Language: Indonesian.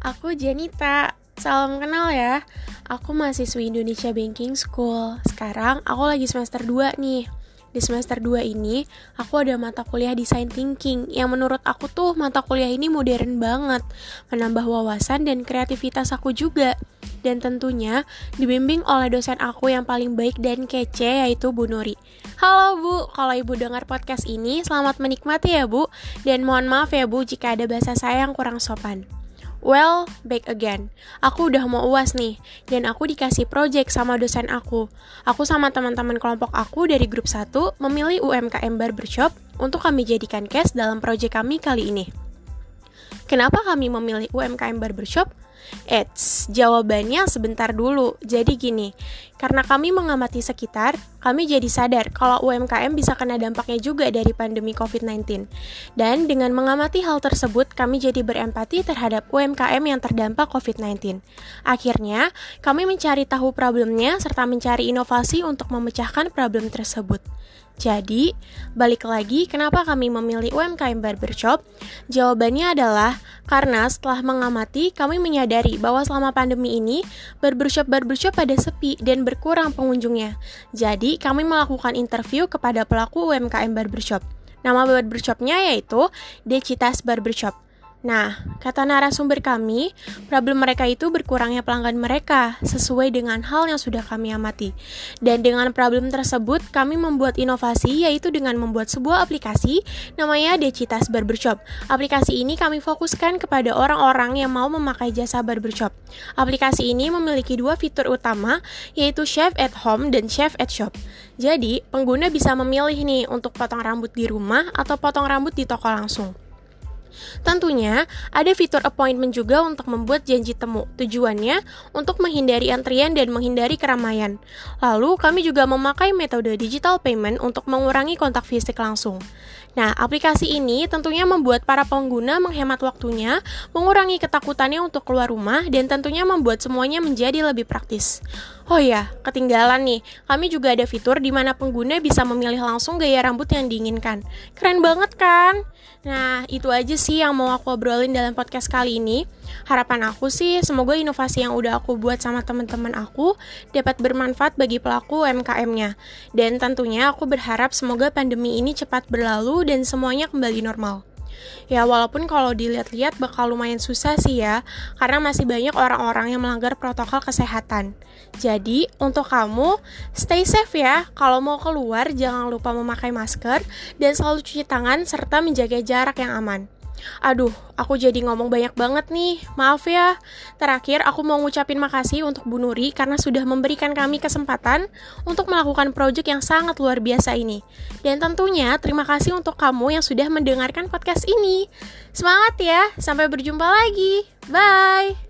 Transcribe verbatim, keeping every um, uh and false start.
Aku Janita. Salam kenal ya. Aku mahasiswi Indonesia Banking School. Sekarang aku lagi semester dua nih. Di semester dua ini, aku ada mata kuliah Design Thinking yang menurut aku tuh mata kuliah ini modern banget, menambah wawasan dan kreativitas aku juga. Dan tentunya dibimbing oleh dosen aku yang paling baik dan kece, yaitu Bu Nuri. Halo Bu, kalau Ibu dengar podcast ini, selamat menikmati ya Bu. Dan mohon maaf ya Bu jika ada bahasa saya yang kurang sopan. Well, back again. Aku udah mau U A S nih, dan aku dikasih project sama dosen aku. Aku sama teman-teman kelompok aku dari grup satu memilih U M K M Barbershop untuk kami jadikan case dalam project kami kali ini. Kenapa kami memilih U M K M Barbershop? Eits, jawabannya sebentar dulu. Jadi gini, karena kami mengamati sekitar, kami jadi sadar kalau U M K M bisa kena dampaknya juga dari pandemi covid sembilan belas. Dan dengan mengamati hal tersebut, kami jadi berempati terhadap U M K M yang terdampak covid sembilan belas. Akhirnya, kami mencari tahu problemnya serta mencari inovasi untuk memecahkan problem tersebut. Jadi, balik lagi kenapa kami memilih U M K M Barbershop? Jawabannya adalah karena setelah mengamati, kami menyadari bahwa selama pandemi ini, barbershop-barbershop pada sepi dan berkurang pengunjungnya. Jadi, kami melakukan interview kepada pelaku U M K M Barbershop. Nama barbershopnya yaitu Decitas Barbershop. Nah, kata narasumber kami, problem mereka itu berkurangnya pelanggan mereka, sesuai dengan hal yang sudah kami amati. Dan dengan problem tersebut, kami membuat inovasi, yaitu dengan membuat sebuah aplikasi, namanya Decitas Barbershop. Aplikasi ini kami fokuskan kepada orang-orang yang mau memakai jasa barbershop. Aplikasi ini memiliki dua fitur utama, yaitu Shave at Home dan Shave at Shop. Jadi, pengguna bisa memilih nih untuk potong rambut di rumah atau potong rambut di toko langsung. Tentunya, ada fitur appointment juga untuk membuat janji temu. Tujuannya untuk menghindari antrian dan menghindari keramaian. Lalu, kami juga memakai metode digital payment untuk mengurangi kontak fisik langsung. Nah, aplikasi ini tentunya membuat para pengguna menghemat waktunya, mengurangi ketakutannya untuk keluar rumah, dan tentunya membuat semuanya menjadi lebih praktis. Oh ya, ketinggalan nih, kami juga ada fitur di mana pengguna bisa memilih langsung gaya rambut yang diinginkan. Keren banget kan? Nah, itu aja sih yang mau aku obrolin dalam podcast kali ini. Harapan aku sih, semoga inovasi yang udah aku buat sama teman-teman aku dapat bermanfaat bagi pelaku U M K M-nya. Dan tentunya aku berharap semoga pandemi ini cepat berlalu dan semuanya kembali normal. Ya, walaupun kalau dilihat-lihat bakal lumayan susah sih ya, karena masih banyak orang-orang yang melanggar protokol kesehatan. Jadi, untuk kamu, stay safe ya. Kalau mau keluar, jangan lupa memakai masker dan selalu cuci tangan serta menjaga jarak yang aman. Aduh, aku jadi ngomong banyak banget nih, maaf ya. Terakhir, aku mau ngucapin makasih untuk Bu Nuri karena sudah memberikan kami kesempatan untuk melakukan proyek yang sangat luar biasa ini. Dan tentunya, terima kasih untuk kamu yang sudah mendengarkan podcast ini. Semangat ya, sampai berjumpa lagi. Bye!